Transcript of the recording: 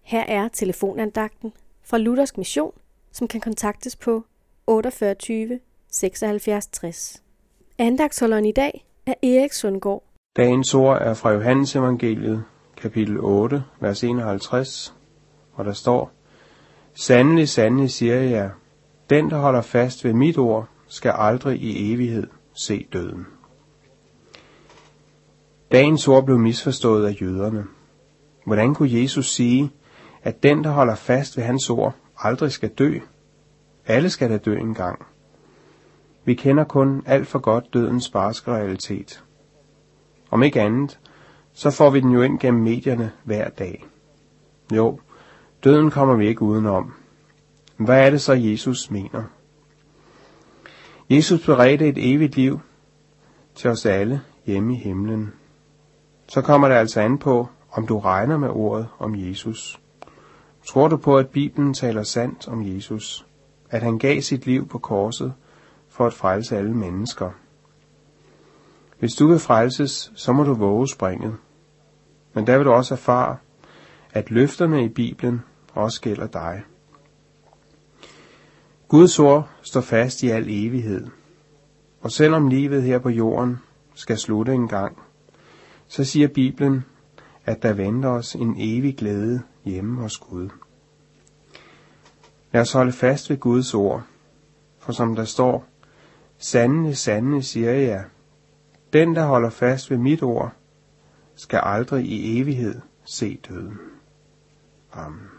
Her er telefonandagten fra Luthersk Mission, som kan kontaktes på 48 76 60. Andagtsholderen i dag er Erik Sundgaard. Dagens ord er fra Johannes Evangeliet, kapitel 8, vers 51, hvor der står: Sandelig, sandelig siger jeg jer, den der holder fast ved mit ord, skal aldrig i evighed se døden. Dagens ord blev misforstået af jøderne. Hvordan kunne Jesus sige, at den der holder fast ved hans ord, aldrig skal dø? Alle skal da dø engang. Vi kender kun alt for godt dødens barske realitet. Om ikke andet, så får vi den jo ind gennem medierne hver dag. Jo, døden kommer vi ikke udenom. Hvad er det så, Jesus mener? Jesus beredte et evigt liv til os alle hjemme i himlen. Så kommer det altså an på, om du regner med ordet om Jesus. Tror du på, at Bibelen taler sandt om Jesus? At han gav sit liv på korset for at frelse alle mennesker? Hvis du vil frelses, så må du våge springet. Men der vil du også erfare, at løfterne i Bibelen også gælder dig. Guds ord står fast i al evighed. Og selvom livet her på jorden skal slutte en gang, så siger Bibelen, at der venter os en evig glæde hjemme hos Gud. Lad os holde fast ved Guds ord, for som der står: Sandelig, sandelig siger jeg jer, den der holder fast ved mit ord, skal aldrig i evighed se døden. Amen.